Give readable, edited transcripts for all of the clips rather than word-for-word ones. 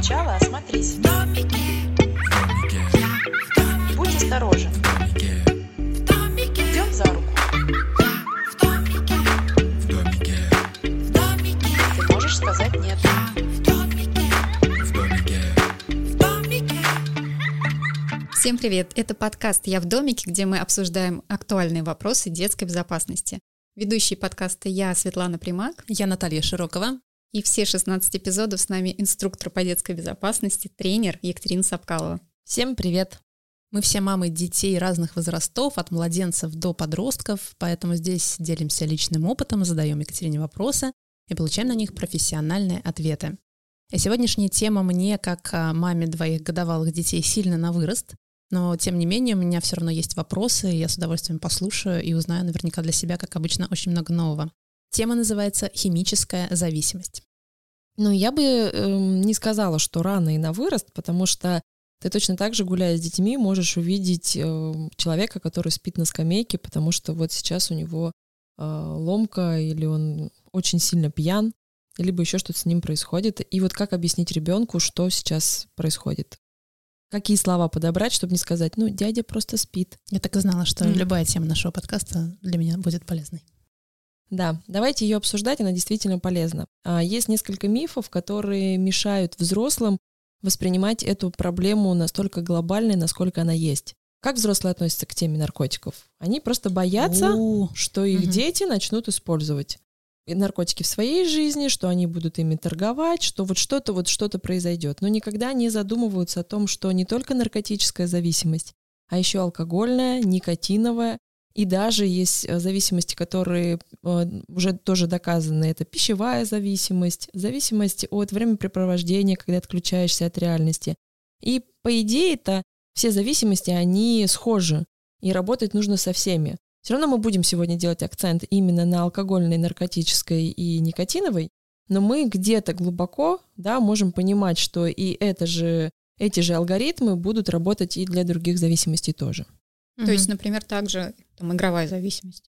сначала осмотрись. Будь осторожен. Идем за руку. Ты можешь сказать «нет». Всем привет! Это подкаст «Я в домике», где мы обсуждаем актуальные вопросы детской безопасности. Ведущие подкаста я, Светлана Примак. Я Наталья Широкова. И все 16 эпизодов с нами инструктор по детской безопасности, тренер Екатерина Сапкалова. Всем привет! Мы все мамы детей разных возрастов, от младенцев до подростков, поэтому здесь делимся личным опытом, задаем Екатерине вопросы и получаем на них профессиональные ответы. И сегодняшняя тема мне, как маме 2 годовалых детей, сильно на вырост, но тем не менее у меня все равно есть вопросы, и я с удовольствием послушаю и узнаю наверняка для себя, как обычно, очень много нового. Тема называется «Химическая зависимость». Ну, я бы не сказала, что рано и на вырост, потому что ты точно так же, гуляя с детьми, можешь увидеть человека, который спит на скамейке, потому что вот сейчас у него ломка, или он очень сильно пьян, либо еще что-то с ним происходит. И вот как объяснить ребенку, что сейчас происходит? Какие слова подобрать, чтобы не сказать, ну, дядя просто спит. Я так и знала, что любая тема нашего подкаста для меня будет полезной. Да, давайте ее обсуждать, она действительно полезна. Есть несколько мифов, которые мешают взрослым воспринимать эту проблему настолько глобальной, насколько она есть. Как взрослые относятся к теме наркотиков? Они просто боятся, что их дети начнут использовать наркотики в своей жизни, что они будут ими торговать, что вот что-то произойдет. Но никогда не задумываются о том, что не только наркотическая зависимость, а еще алкогольная, никотиновая, и даже есть зависимости, которые уже тоже доказаны. Это пищевая зависимость, зависимость от времяпрепровождения, когда отключаешься от реальности. И по идее-то все зависимости, они схожи, и работать нужно со всеми. Все равно мы будем сегодня делать акцент именно на алкогольной, наркотической и никотиновой, но мы где-то глубоко, да, можем понимать, что и эти же алгоритмы будут работать и для других зависимостей тоже. То есть, например, также игровая зависимость.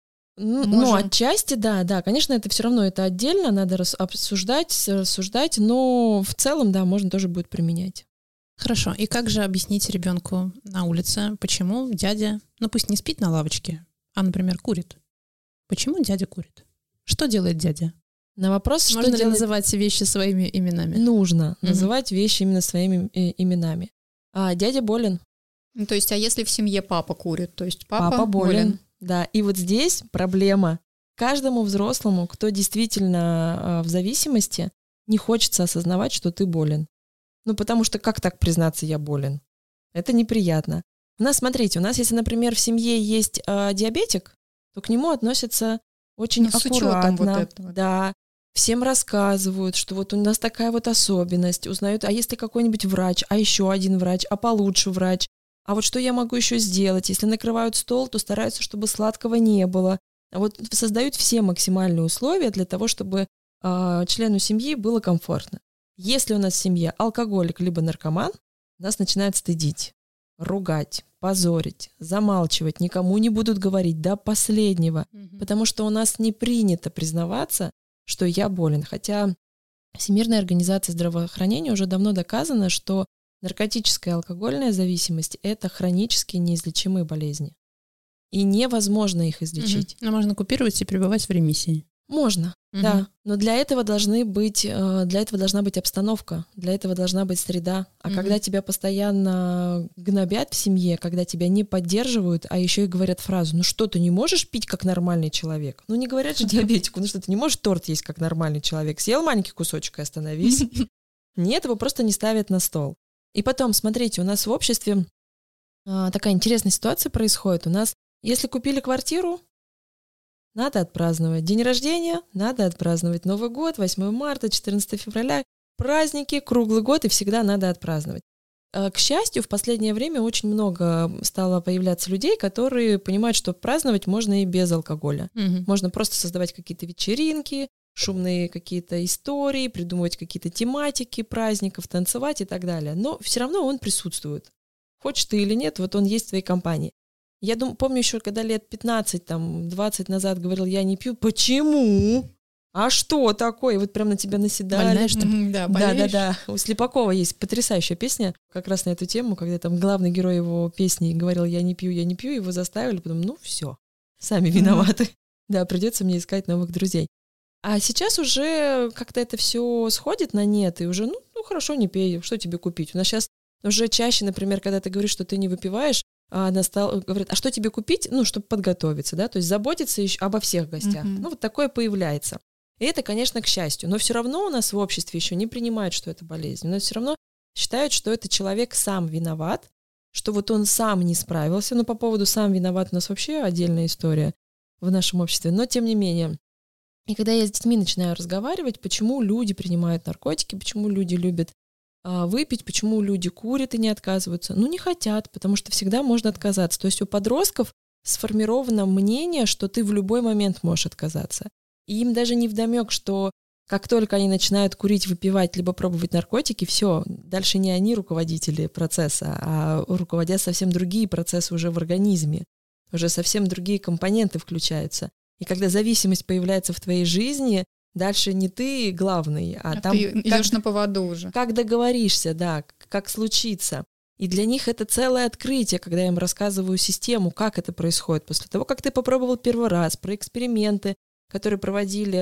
Ну, отчасти, да, конечно, это все равно это отдельно, надо рассуждать, но в целом, да, можно тоже будет применять. Хорошо, и как же объяснить ребенку на улице, почему дядя, пусть не спит на лавочке, а, например, курит? Почему дядя курит? Что делает дядя? На вопрос, можно ли называть вещи своими именами? Нужно называть вещи именно своими именами. Дядя болен. То есть, а если в семье папа курит, то есть папа болен? Да, и вот здесь проблема. Каждому взрослому, кто действительно в зависимости, не хочется осознавать, что ты болен. Потому что как так признаться, я болен? Это неприятно. Смотрите, у нас, если, например, в семье есть диабетик, то к нему относятся очень аккуратно. Вот этого. Да, всем рассказывают, что вот у нас такая вот особенность, узнают, а если какой-нибудь врач, а еще один врач, а получше врач, а вот что я могу еще сделать? Если накрывают стол, то стараются, чтобы сладкого не было. Вот создают все максимальные условия для того, чтобы члену семьи было комфортно. Если у нас в семье алкоголик либо наркоман, нас начинают стыдить, ругать, позорить, замалчивать, никому не будут говорить до последнего, потому что у нас не принято признаваться, что я болен. Хотя Всемирная организация здравоохранения уже давно доказано, что наркотическая и алкогольная зависимость – это хронически неизлечимые болезни. И невозможно их излечить. Но можно купировать и пребывать в ремиссии. Можно, да. Но для этого должна быть обстановка, для этого должна быть среда. А когда тебя постоянно гнобят в семье, когда тебя не поддерживают, а еще и говорят фразу: ну что, ты не можешь пить как нормальный человек? Ну не говорят же диабетику, ну что, ты не можешь торт есть как нормальный человек? Съел маленький кусочек и остановись. Нет, его просто не ставят на стол. И потом, смотрите, у нас в обществе такая интересная ситуация происходит. У нас, если купили квартиру, надо отпраздновать. День рождения надо отпраздновать. Новый год, 8 марта, 14 февраля. Праздники, круглый год, и всегда надо отпраздновать. К счастью, в последнее время очень много стало появляться людей, которые понимают, что праздновать можно и без алкоголя. Можно просто создавать какие-то вечеринки, шумные какие-то истории, придумывать какие-то тематики праздников, танцевать и так далее. Но все равно он присутствует. Хочешь ты или нет, вот он есть в твоей компании. Я помню еще, когда лет 15-20 назад говорил, я не пью. Почему? а что такое? И вот прям на тебя наседали. Больная, что ли? Да, болеешь? Да. У Слепакова есть потрясающая песня как раз на эту тему, когда там главный герой его песни говорил «я не пью», его заставили, потом ну все, сами виноваты. Да, придется мне искать новых друзей. А сейчас уже как-то это все сходит на нет, и уже, ну хорошо, не пей, что тебе купить? У нас сейчас уже чаще, например, когда ты говоришь, что ты не выпиваешь, говорят, а что тебе купить? Ну, чтобы подготовиться, да, то есть заботиться еще обо всех гостях. Ну, вот такое появляется. И это, конечно, к счастью. Но все равно у нас в обществе еще не принимают, что это болезнь. Но все равно считают, что это человек сам виноват, что вот он сам не справился. Но по поводу «сам виноват» у нас вообще отдельная история в нашем обществе. Но тем не менее. И когда я с детьми начинаю разговаривать, почему люди принимают наркотики, почему люди любят выпить, почему люди курят и не отказываются. Ну, не хотят, потому что всегда можно отказаться. То есть у подростков сформировано мнение, что ты в любой момент можешь отказаться. И им даже не вдомек, что как только они начинают курить, выпивать, либо пробовать наркотики, все, дальше не они руководители процесса, а руководят совсем другие процессы уже в организме, уже совсем другие компоненты включаются. И когда зависимость появляется в твоей жизни, дальше не ты главный, а там... Ты идешь на поводу уже. Как договоришься, да, как случится. И для них это целое открытие, когда я им рассказываю систему, как это происходит. После того, как ты попробовал первый раз, про эксперименты, которые проводили,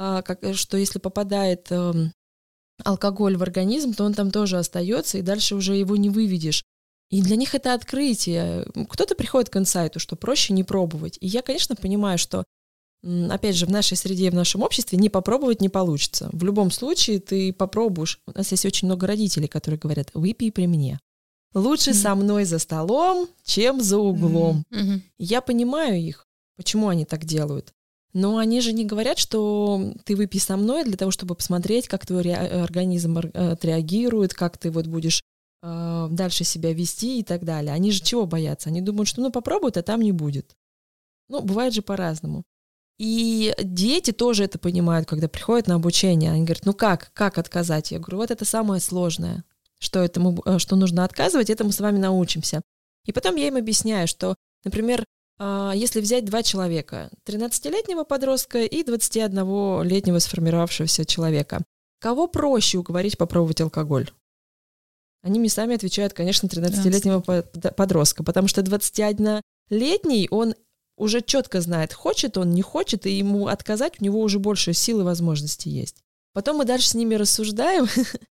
что если попадает алкоголь в организм, то он там тоже остается, и дальше уже его не выведешь. И для них это открытие. Кто-то приходит к инсайту, что проще не пробовать. И я, конечно, понимаю, что, опять же, в нашей среде, в нашем обществе не попробовать не получится. В любом случае ты попробуешь. У нас есть очень много родителей, которые говорят: выпей при мне. Лучше со мной за столом, чем за углом. Я понимаю их, почему они так делают. Но они же не говорят, что ты выпей со мной для того, чтобы посмотреть, как твой организм отреагирует, как ты вот будешь дальше себя вести и так далее. Они же чего боятся? Они думают, что попробуют, а там не будет. Бывает же по-разному. И дети тоже это понимают, когда приходят на обучение. Они говорят, как отказать? Я говорю, вот это самое сложное, что нужно отказывать, это мы с вами научимся. И потом я им объясняю, что, например, если взять два человека, 13-летнего подростка и 21-летнего сформировавшегося человека, кого проще уговорить попробовать алкоголь? Они мне сами отвечают, конечно, 13-летнего подростка, потому что 21-летний, он уже четко знает, хочет он, не хочет, и ему отказать у него уже больше сил и возможностей есть. Потом мы дальше с ними рассуждаем.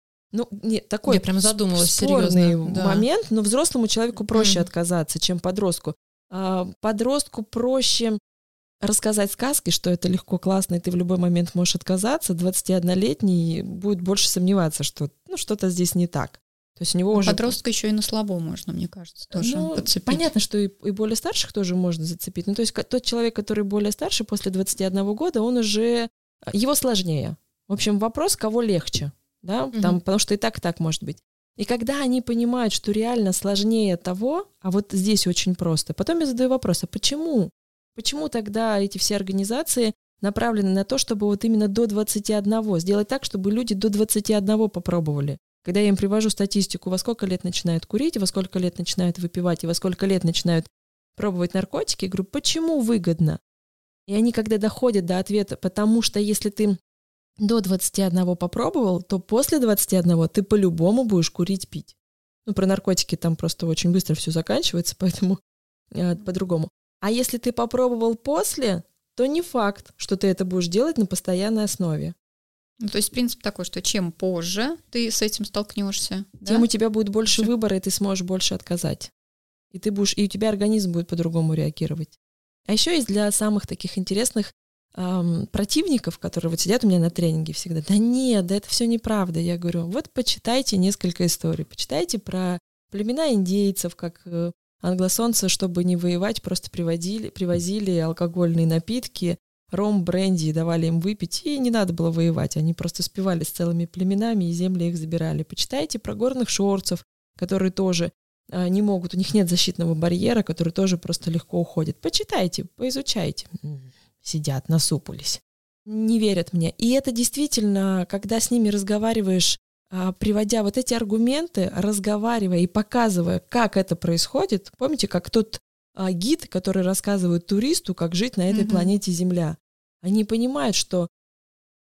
Такой я прям задумалась, спорный серьезно, момент, но взрослому человеку проще отказаться, чем подростку. Подростку проще рассказать сказки, что это легко, классно, и ты в любой момент можешь отказаться. 21-летний будет больше сомневаться, что что-то здесь не так. То есть у него уже... Подростка еще и на слабо можно, мне кажется, тоже подцепить. Понятно, что и более старших тоже можно зацепить. То есть тот человек, который более старше, после 21 года, он уже... Его сложнее. В общем, вопрос, кого легче. Да? Потому что и так может быть. И когда они понимают, что реально сложнее того, а вот здесь очень просто, потом я задаю вопрос, а почему? Почему тогда эти все организации направлены на то, чтобы вот именно до 21, сделать так, чтобы люди до 21 попробовали? Когда я им привожу статистику, во сколько лет начинают курить, во сколько лет начинают выпивать, и во сколько лет начинают пробовать наркотики, я говорю, почему выгодно? И они, когда доходят до ответа, потому что если ты до 21 попробовал, то после 21 ты по-любому будешь курить, пить. Про наркотики там просто очень быстро все заканчивается, поэтому по-другому. А если ты попробовал после, то не факт, что ты это будешь делать на постоянной основе. То есть принцип такой, что чем позже ты с этим столкнешься, тем у тебя будет больше выбора, и ты сможешь больше отказать. И у тебя организм будет по-другому реагировать. А еще есть для самых таких интересных противников, которые вот сидят у меня на тренинге всегда. Да нет, это все неправда. Я говорю, вот почитайте несколько историй. Почитайте про племена индейцев, как англосонцы, чтобы не воевать, просто привозили алкогольные напитки, ром, бренди, давали им выпить, и не надо было воевать. Они просто спевали с целыми племенами, и земли их забирали. Почитайте про горных шорцев, которые тоже не могут, у них нет защитного барьера, который тоже просто легко уходит. Почитайте, поизучайте. Сидят, насупились. Не верят мне. И это действительно, когда с ними разговариваешь, приводя вот эти аргументы, разговаривая и показывая, как это происходит. Помните, как тот гид, который рассказывает туристу, как жить на этой планете Земля. Они понимают, что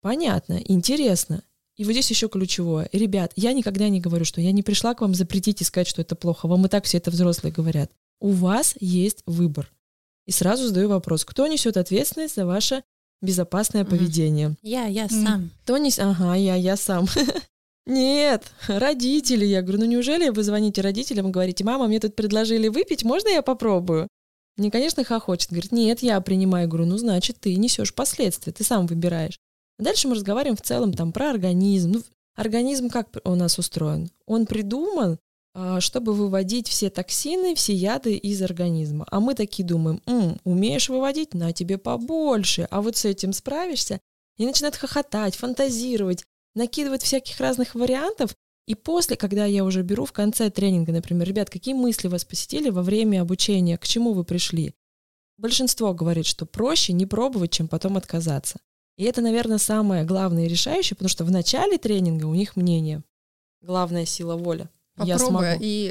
Понятно, интересно. И вот здесь еще ключевое. Ребят, я никогда не говорю, что я не пришла к вам запретить и сказать, что это плохо. Вам и так все это взрослые говорят. У вас есть выбор. И сразу задаю вопрос, кто несет ответственность за ваше безопасное поведение? Я сам. Кто Ага, я сам. Нет, родители. Я говорю, неужели вы звоните родителям и говорите, мама, мне тут предложили выпить, можно я попробую? Мне, конечно, хохочет. Говорит, нет, я принимаю. Говорю, значит, ты несешь последствия, ты сам выбираешь. Дальше мы разговариваем в целом там про организм. Организм как у нас устроен? Он придуман, чтобы выводить все токсины, все яды из организма. А мы такие думаем, умеешь выводить? На тебе побольше. А вот с этим справишься? И начинают хохотать, фантазировать, накидывать всяких разных вариантов. И после, когда я уже беру в конце тренинга, например, ребят, какие мысли вас посетили во время обучения, к чему вы пришли? Большинство говорит, что проще не пробовать, чем потом отказаться. И это, наверное, самое главное и решающее, потому что в начале тренинга у них мнение. Главная сила воли. Я смогу.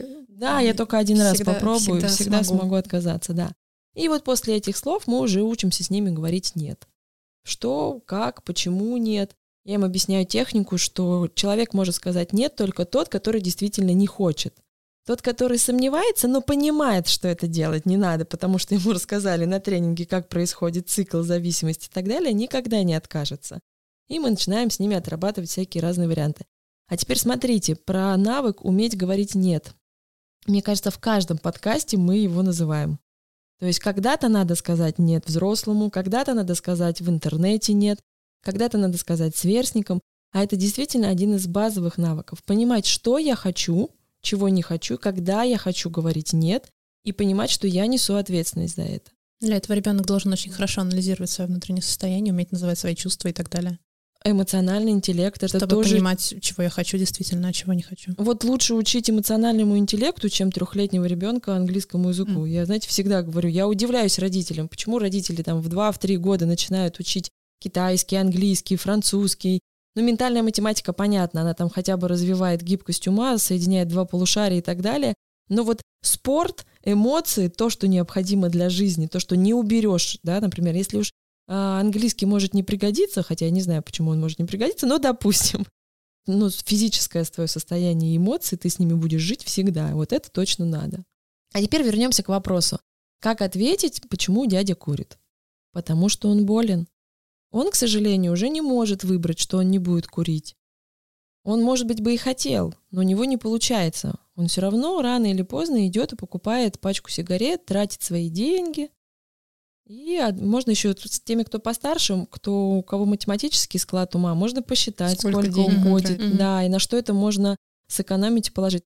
Я только один раз попробую, всегда смогу отказаться, да. И вот после этих слов мы уже учимся с ними говорить «нет». Что, как, почему нет. Я им объясняю технику, что человек может сказать «нет» только тот, который действительно не хочет. Тот, который сомневается, но понимает, что это делать не надо, потому что ему рассказали на тренинге, как происходит цикл зависимости и так далее, никогда не откажется. И мы начинаем с ними отрабатывать всякие разные варианты. А теперь смотрите, про навык уметь говорить «нет». Мне кажется, в каждом подкасте мы его называем. То есть когда-то надо сказать «нет» взрослому, когда-то надо сказать в интернете «нет», когда-то надо сказать сверстникам. А это действительно один из базовых навыков. Понимать, что я хочу, чего не хочу, когда я хочу говорить «нет», и понимать, что я несу ответственность за это. Для этого ребенок должен очень хорошо анализировать свое внутреннее состояние, уметь называть свои чувства и так далее. Эмоциональный интеллект — это чтобы тоже... понимать, чего я хочу действительно, а чего не хочу. Вот лучше учить эмоциональному интеллекту, чем 3-летнего ребенка английскому языку. Я, знаете, всегда говорю, я удивляюсь родителям, почему родители там в 2-3 года начинают учить китайский, английский, французский. Ну, ментальная математика, понятно, она там хотя бы развивает гибкость ума, соединяет 2 полушария и так далее. Но вот спорт, эмоции, то, что необходимо для жизни, то, что не уберешь, да, например, если уж английский может не пригодиться, хотя я не знаю, почему он может не пригодиться, но допустим, физическое твое состояние и эмоции, ты с ними будешь жить всегда. Вот это точно надо. А теперь вернемся к вопросу. Как ответить, почему дядя курит? Потому что он болен. Он, к сожалению, уже не может выбрать, что он не будет курить. Он, может быть, бы и хотел, но у него не получается. Он все равно рано или поздно идет и покупает пачку сигарет, тратит свои деньги. И можно еще с теми, кто постарше, у кого математический склад ума, можно посчитать, сколько уходит, да, и на что это можно сэкономить и положить.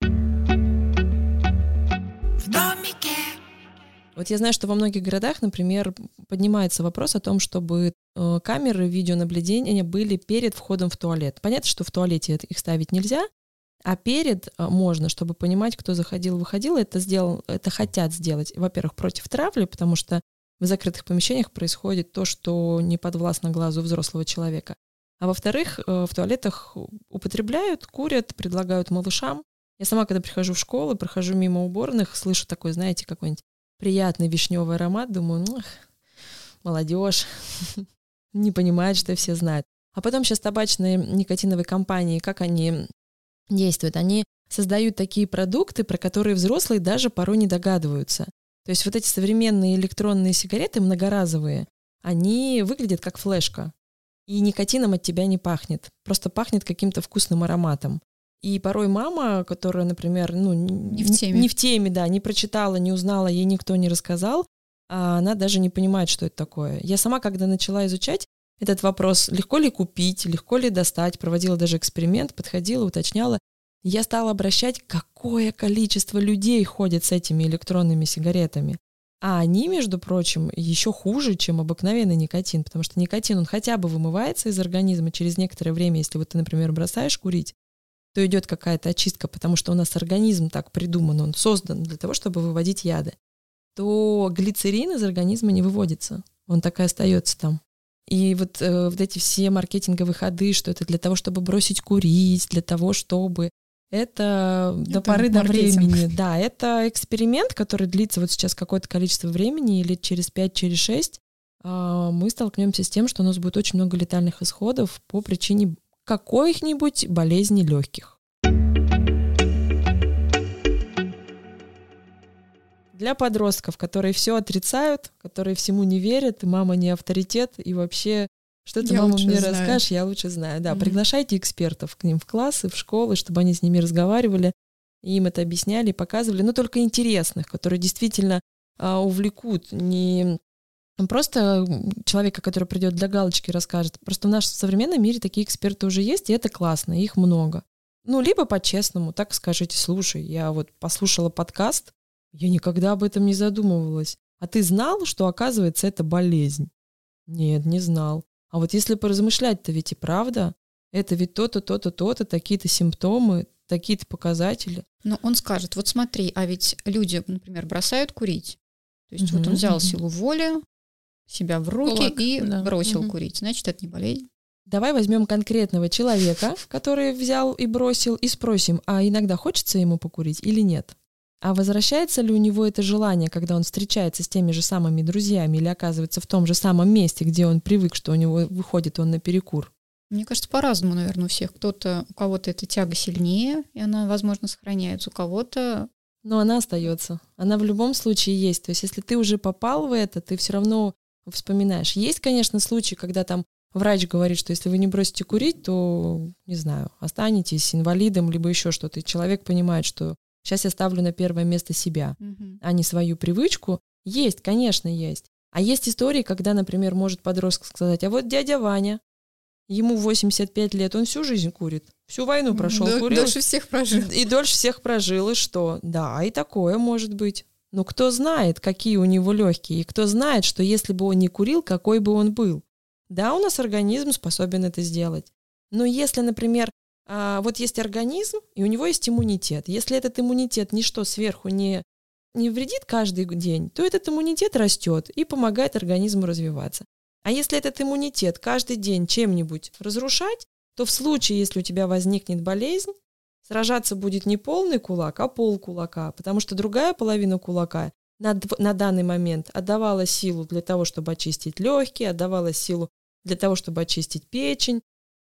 В домике. Вот я знаю, что во многих городах, например, поднимается вопрос о том, чтобы камеры видеонаблюдения были перед входом в туалет. Понятно, что в туалете их ставить нельзя, а перед можно, чтобы понимать, кто заходил, выходил. Это хотят сделать, во-первых, против травли, потому что в закрытых помещениях происходит то, что не подвластно глазу взрослого человека. А во-вторых, в туалетах употребляют, курят, предлагают малышам. Я сама, когда прихожу в школу, прохожу мимо уборных, слышу такой, знаете, какой-нибудь приятный вишневый аромат, думаю, молодежь не понимает, что все знают. А потом сейчас табачные никотиновые компании, как они действуют? Они создают такие продукты, про которые взрослые даже порой не догадываются. То есть вот эти современные электронные сигареты многоразовые, они выглядят как флешка. И никотином от тебя не пахнет. Просто пахнет каким-то вкусным ароматом. И порой мама, которая, например, не в теме, да, не прочитала, не узнала, ей никто не рассказал, она даже не понимает, что это такое. Я сама, когда начала изучать этот вопрос, легко ли купить, легко ли достать, проводила даже эксперимент, подходила, уточняла, я стала обращать, какое количество людей ходит с этими электронными сигаретами. А они, между прочим, еще хуже, чем обыкновенный никотин, потому что никотин, он хотя бы вымывается из организма через некоторое время, если вот ты, например, бросаешь курить, то идет какая-то очистка, потому что у нас организм так придуман, он создан для того, чтобы выводить яды, то глицерин из организма не выводится, он так и остается там. И вот эти все маркетинговые ходы, что это для того, чтобы бросить курить, для того, чтобы... Это до поры до времени. Да, это эксперимент, который длится вот сейчас какое-то количество времени, лет через 5, через 6. мы столкнемся с тем, что у нас будет очень много летальных исходов по причине каких-нибудь болезней легких. Для подростков, которые все отрицают, которые всему не верят, мама не авторитет, и вообще, что ты, мама, мне расскажешь, я лучше знаю. Да, приглашайте экспертов к ним в классы, в школы, чтобы они с ними разговаривали, и им это объясняли, показывали, но только интересных, которые действительно увлекут, не просто человека, который придет для галочки, расскажет. Просто в нашем современном мире такие эксперты уже есть, и это классно, их много. Либо по-честному, так скажите: слушай, я вот послушала подкаст, я никогда об этом не задумывалась. А ты знал, что, оказывается, это болезнь? Нет, не знал. А вот если поразмышлять-то ведь и правда, это ведь то-то, то-то, то-то, такие-то симптомы, такие-то показатели. Но он скажет: вот смотри, а ведь люди, например, бросают курить. То есть вот он взял силу воли, себя в руки и бросил курить. Значит, это не болезнь. Давай возьмем конкретного человека, который взял и бросил, и спросим, а иногда хочется ему покурить или нет? А возвращается ли у него это желание, когда он встречается с теми же самыми друзьями или оказывается в том же самом месте, где он привык, что у него выходит он на перекур? Мне кажется, по-разному, наверное, у всех. У кого-то эта тяга сильнее, и она, возможно, сохраняется, у кого-то... Но она остается. Она в любом случае есть. То есть если ты уже попал в это, ты все равно вспоминаешь. Есть, конечно, случаи, когда там врач говорит, что если вы не бросите курить, то, не знаю, останетесь инвалидом, либо еще что-то. И человек понимает, что сейчас я ставлю на первое место себя, а не свою привычку. Есть, конечно, есть. А есть истории, когда, например, может подросток сказать: а вот дядя Ваня, ему 85 лет, он всю жизнь курит, всю войну прошел, курил. Дольше всех прожил. И дольше всех прожил, и что? Да, и такое может быть. Но кто знает, какие у него легкие, и кто знает, что если бы он не курил, какой бы он был. Да, у нас организм способен это сделать. Но если, например, вот есть организм, и у него есть иммунитет. Если этот иммунитет ничто сверху не вредит каждый день, то этот иммунитет растет и помогает организму развиваться. А если этот иммунитет каждый день чем-нибудь разрушать, то в случае, если у тебя возникнет болезнь, сражаться будет не полный кулак, а полкулака, потому что другая половина кулака на данный момент отдавала силу для того, чтобы очистить легкие, отдавала силу для того, чтобы очистить печень,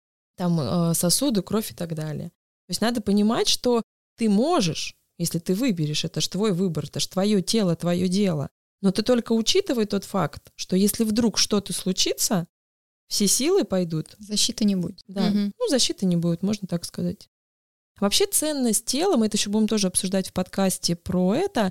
там сосуды, кровь и так далее. То есть надо понимать, что ты можешь, если ты выберешь, это же твой выбор, это же твое тело, твое дело. Но ты только учитывай тот факт, что если вдруг что-то случится, все силы пойдут. Защиты не будет. Да, защиты не будет, можно так сказать. Вообще ценность тела, мы это еще будем тоже обсуждать в подкасте про это,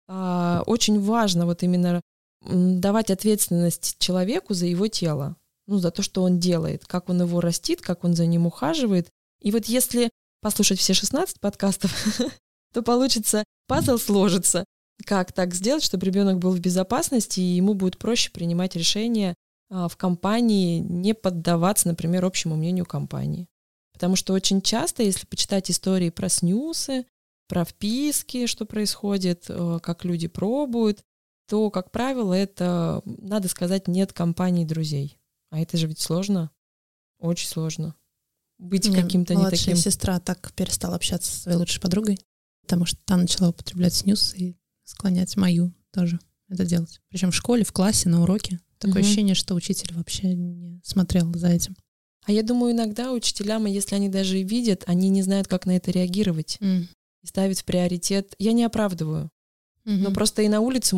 очень важно вот именно давать ответственность человеку за его тело, за то, что он делает, как он его растит, как он за ним ухаживает. И вот если послушать все 16 подкастов, то получится, пазл сложится. Как так сделать, чтобы ребенок был в безопасности, и ему будет проще принимать решения в компании, не поддаваться, например, общему мнению компании. Потому что очень часто, если почитать истории про снюсы, про вписки, что происходит, как люди пробуют, то, как правило, это, надо сказать, нет компании друзей. А это же ведь сложно, очень сложно. Быть каким-то не таким. Младшая сестра так перестала общаться со своей лучшей подругой, потому что та начала употреблять снюс и склонять мою тоже это делать. Причем в школе, в классе, на уроке. Такое ощущение, что учитель вообще не смотрел за этим. А я думаю, иногда учителям, если они даже и видят, они не знают, как на это реагировать. И ставить в приоритет. Я не оправдываю. Но просто и на улице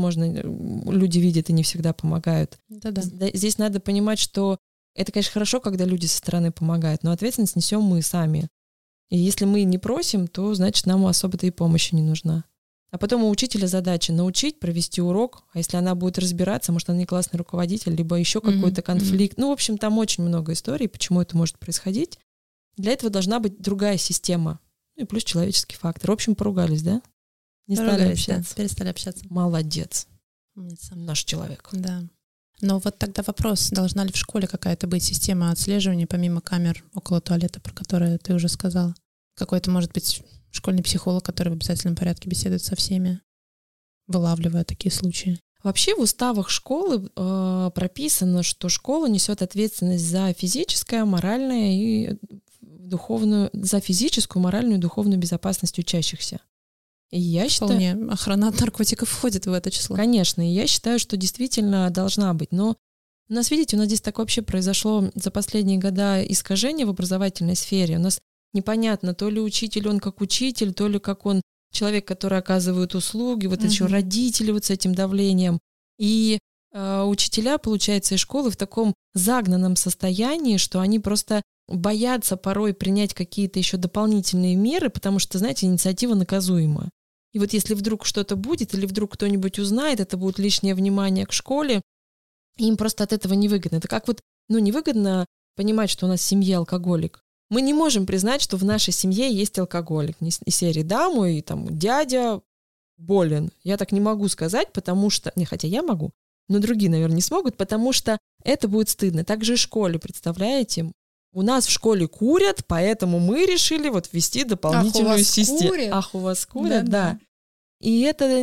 люди видят и не всегда помогают. Да-да. Здесь надо понимать, что это, конечно, хорошо, когда люди со стороны помогают, но ответственность несем мы сами. И если мы не просим, то, значит, нам особо-то и помощи не нужна. А потом у учителя задача научить, провести урок, а если она будет разбираться, может, она не классный руководитель, либо еще какой-то конфликт. В общем, там очень много историй, почему это может происходить. Для этого должна быть другая система. И плюс человеческий фактор. В общем, поругались, да? Не стали общаться. Да, перестали общаться. Молодец. Умница. Наш человек. Да. Но вот тогда вопрос, должна ли в школе какая-то быть система отслеживания, помимо камер около туалета, про которые ты уже сказала? Какой-то, может быть, школьный психолог, который в обязательном порядке беседует со всеми, вылавливая такие случаи? Вообще в уставах школы прописано, что школа несет ответственность за физическое, моральное и духовную, за физическую, моральную и духовную безопасность учащихся. И я считаю, охрана от наркотиков входит в это число. Конечно, и я считаю, что действительно должна быть. Но У нас, видите, у нас здесь так вообще произошло за последние года искажение в образовательной сфере. У нас непонятно, то ли учитель он как учитель, то ли как он человек, который оказывает услуги, вот еще родители вот с этим давлением. И учителя, получается, из школы в таком загнанном состоянии, что они просто боятся порой принять какие-то еще дополнительные меры, потому что, знаете, инициатива наказуема. И вот если вдруг что-то будет, или вдруг кто-нибудь узнает, это будет лишнее внимание к школе, им просто от этого невыгодно. Это как вот, невыгодно понимать, что у нас в семье алкоголик. Мы не можем признать, что в нашей семье есть алкоголик. Из серии «да, мой там дядя болен». Я так не могу сказать, потому что... хотя я могу, но другие, наверное, не смогут, потому что это будет стыдно. Также и в школе, представляете? У нас в школе курят, поэтому мы решили вот ввести дополнительную систему. Ах, у вас курят? Да. И это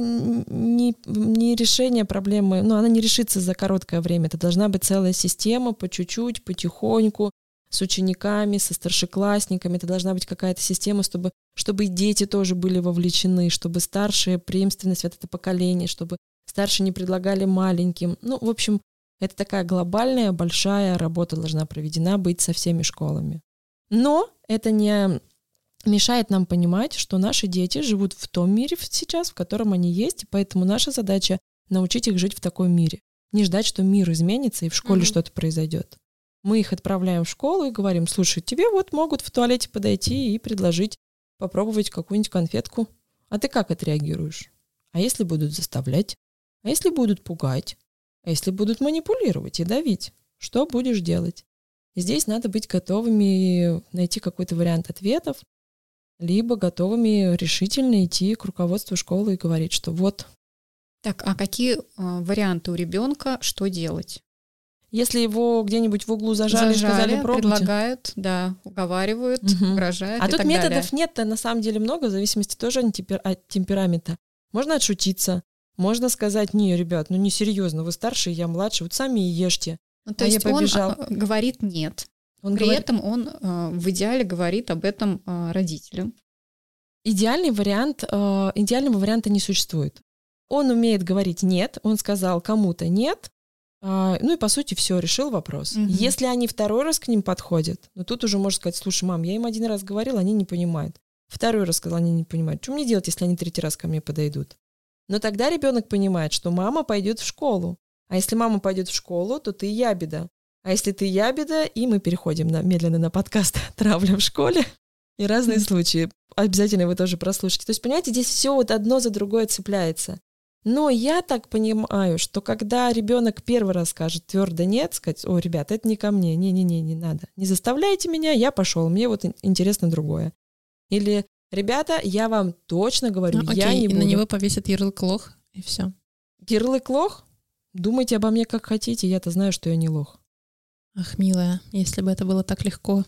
не решение проблемы, она не решится за короткое время. Это должна быть целая система по чуть-чуть, потихоньку, с учениками, со старшеклассниками. Это должна быть какая-то система, чтобы и дети тоже были вовлечены, чтобы старшие, преемственность вот это поколение, чтобы старшие не предлагали маленьким. В общем, это такая глобальная, большая работа должна проведена быть со всеми школами. Но это не мешает нам понимать, что наши дети живут в том мире сейчас, в котором они есть, и поэтому наша задача научить их жить в таком мире. Не ждать, что мир изменится и в школе что-то произойдет. Мы их отправляем в школу и говорим: слушай, тебе вот могут в туалете подойти и предложить попробовать какую-нибудь конфетку. А ты как отреагируешь? А если будут заставлять? А если будут пугать? А если будут манипулировать и давить? Что будешь делать? Здесь надо быть готовыми найти какой-то вариант ответов, либо готовыми решительно идти к руководству школы и говорить, что вот. Так, а какие варианты у ребенка, что делать? Если его где-нибудь в углу зажали, сказали, пробуйте. Предлагают, уговаривают, угрожают. А тут методов нет-то на самом деле много, в зависимости тоже от темперамента. Можно отшутиться, можно сказать: не, ребят, несерьезно, вы старшие, я младший, вот сами и ешьте. То есть он говорит нет. При этом он в идеале говорит об этом родителям. Идеального варианта не существует. Он умеет говорить нет, он сказал кому-то нет, и по сути все, решил вопрос. Если они второй раз к ним подходят, тут уже можно сказать: слушай, мам, я им один раз говорил, они не понимают. Второй раз сказал, они не понимают. Что мне делать, если они третий раз ко мне подойдут? Но тогда ребенок понимает, что мама пойдет в школу. А если мама пойдет в школу, то ты ябеда. А если ты ябеда, и мы переходим медленно на подкаст «Травля в школе» и разные случаи. Обязательно вы тоже прослушайте. То есть, понимаете, здесь все вот одно за другое цепляется. Но я так понимаю, что когда ребенок первый раз скажет твердо нет, сказать: о, ребята, это не ко мне, не надо. Не заставляйте меня, я пошел, мне вот интересно другое. Или: ребята, я вам точно говорю, я не буду. И на него повесят ярлык лох, и все. Ярлык лох? Думайте обо мне как хотите, я-то знаю, что я не лох. Ах, милая, если бы это было так легко.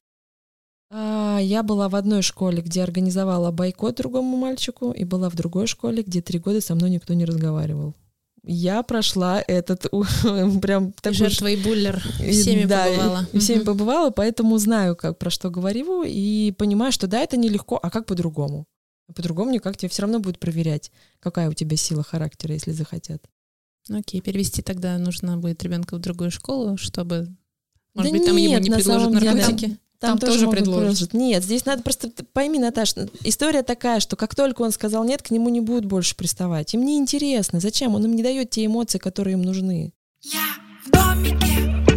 Я была в одной школе, где организовала бойкот другому мальчику, и была в другой школе, где 3 года со мной никто не разговаривал. Я прошла этот прям такой... Жертва и буллер. Всеми побывала. Всеми побывала, поэтому знаю, про что говорю, и понимаю, что да, это нелегко, а как по-другому? По-другому никак, тебе все равно будут проверять, какая у тебя сила характера, если захотят. Окей, перевести тогда нужно будет ребенка в другую школу, чтобы... Может быть, там ему не предложат наркотики? Там тоже предложат. Нет, здесь надо просто... Пойми, Наташа, история такая, что как только он сказал нет, к нему не будут больше приставать. Им не интересно. Зачем? Он им не дает те эмоции, которые им нужны. Я в домике.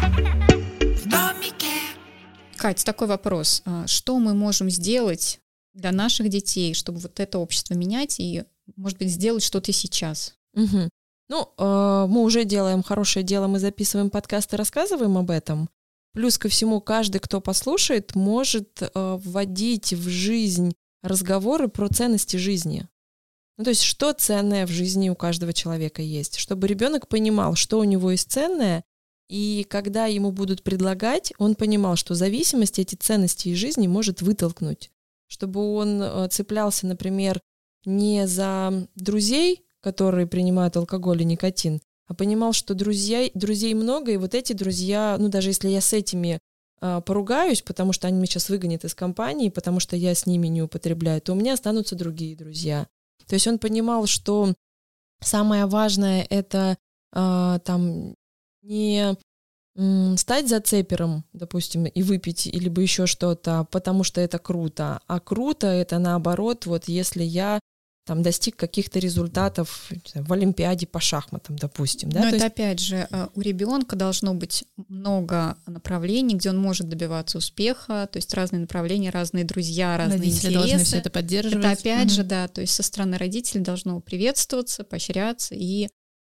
В домике. Кать, такой вопрос. Что мы можем сделать для наших детей, чтобы вот это общество менять и, может быть, сделать что-то сейчас? Угу. Мы уже делаем хорошее дело, мы записываем подкасты, рассказываем об этом. Плюс ко всему, каждый, кто послушает, может вводить в жизнь разговоры про ценности жизни. То есть, что ценное в жизни у каждого человека есть. Чтобы ребенок понимал, что у него есть ценное, и когда ему будут предлагать, он понимал, что зависимость эти ценности из жизни может вытолкнуть. Чтобы он цеплялся, например, не за друзей, которые принимают алкоголь и никотин, а понимал, что друзей много, и вот эти друзья, даже если я с этими поругаюсь, потому что они меня сейчас выгонят из компании, потому что я с ними не употребляю, то у меня останутся другие друзья. То есть он понимал, что самое важное — это не стать зацепером, допустим, и выпить, либо еще что-то, потому что это круто. А круто это наоборот, вот если я там достиг каких-то результатов в Олимпиаде по шахматам, допустим. Да? Но это опять же, у ребенка должно быть много направлений, где он может добиваться успеха, то есть разные направления, разные друзья, разные родители интересы. Должны все это поддерживать. Это опять же, да, то есть со стороны родителей должно приветствоваться, поощряться, и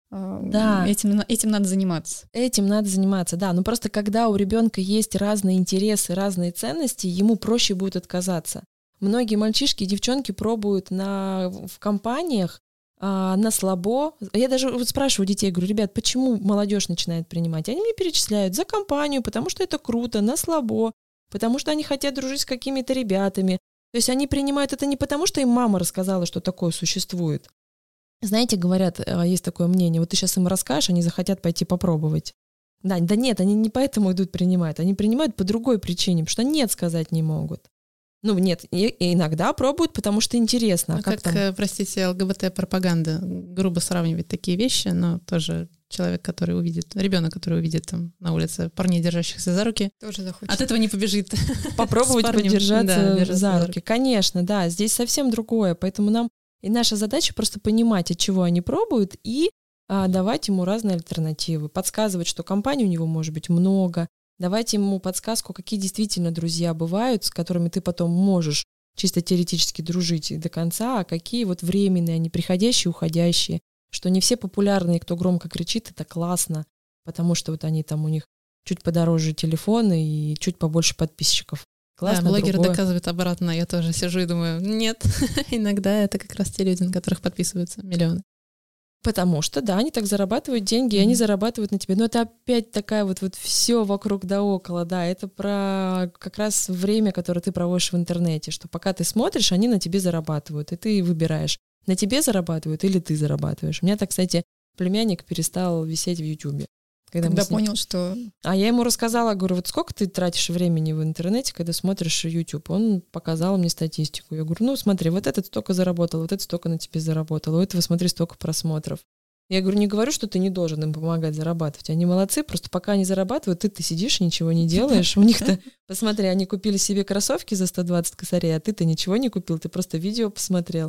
этим надо заниматься. Этим надо заниматься, да. Но просто когда у ребенка есть разные интересы, разные ценности, ему проще будет отказаться. Многие мальчишки и девчонки пробуют в компаниях на слабо. Я даже вот спрашиваю детей, говорю, ребят, почему молодежь начинает принимать? Они мне перечисляют за компанию, потому что это круто, на слабо, потому что они хотят дружить с какими-то ребятами. То есть они принимают это не потому, что им мама рассказала, что такое существует. Знаете, говорят, есть такое мнение, вот ты сейчас им расскажешь, они захотят пойти попробовать. Да нет, они не поэтому идут принимать, они принимают по другой причине, потому что нет сказать не могут. Ну, нет, и иногда пробуют, потому что интересно. Простите, ЛГБТ-пропаганда грубо сравнивает такие вещи, но тоже человек, который увидит, ребенок, который увидит там на улице парней, держащихся за руки, тоже захочет. От этого не побежит. Попробовать подержаться за руки. Конечно, да, здесь совсем другое, поэтому нам и наша задача просто понимать, от чего они пробуют, и давать ему разные альтернативы, подсказывать, что компаний у него может быть много, давать ему подсказку, какие действительно друзья бывают, с которыми ты потом можешь чисто теоретически дружить до конца, а какие вот временные, они приходящие, уходящие, что не все популярные, кто громко кричит, это классно, потому что вот они там, у них чуть подороже телефоны и чуть побольше подписчиков. Классно, да, блогеры другое. доказывают обратно, я тоже сижу и думаю, нет, иногда это как раз те люди, на которых подписываются миллионы. Потому что, да, они так зарабатывают деньги, и они зарабатывают на тебе. Но это опять такая вот все вокруг да около, да, это про как раз время, которое ты проводишь в интернете, что пока ты смотришь, они на тебе зарабатывают, и ты выбираешь, на тебе зарабатывают или ты зарабатываешь. У меня так, кстати, племянник перестал висеть в Ютубе. Когда понял, что... А я ему рассказала, говорю, вот сколько ты тратишь времени в интернете, когда смотришь YouTube? Он показал мне статистику. Я говорю, ну смотри, вот этот столько заработал, вот этот столько на тебе заработал, у этого, смотри, столько просмотров. Я говорю, не говорю, что ты не должен им помогать зарабатывать. Они молодцы, просто пока они зарабатывают, ты сидишь и ничего не делаешь. У них-то, посмотри, они купили себе кроссовки за 120 косарей, а ты-то ничего не купил, ты просто видео посмотрел.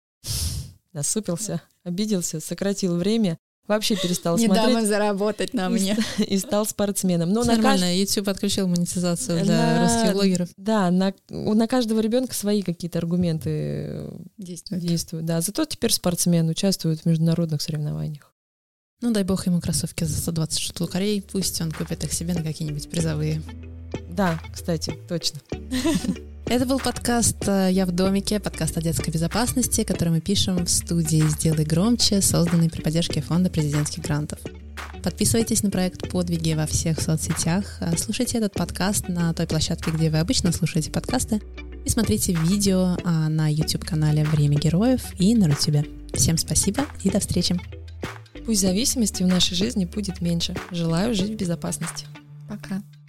Насупился, обиделся, сократил время. Вообще перестал смотреть. Не дам заработать на мне. И стал спортсменом. Но нормально, YouTube отключил монетизацию для русских блогеров. Да, на каждого ребенка свои какие-то аргументы действуют. Да, зато теперь спортсмен участвует в международных соревнованиях. Ну, дай бог ему кроссовки за 120 штукарей, пусть он купит их себе на какие-нибудь призовые. Да, кстати, точно. Это был подкаст «Я в домике», подкаст о детской безопасности, который мы пишем в студии «Сделай громче», созданный при поддержке Фонда президентских грантов. Подписывайтесь на проект «Подвиги» во всех соцсетях, слушайте этот подкаст на той площадке, где вы обычно слушаете подкасты, и смотрите видео на YouTube-канале «Время героев» и на Рутюбе. Всем спасибо и до встречи! Пусть зависимости в нашей жизни будет меньше. Желаю жить в безопасности. Пока.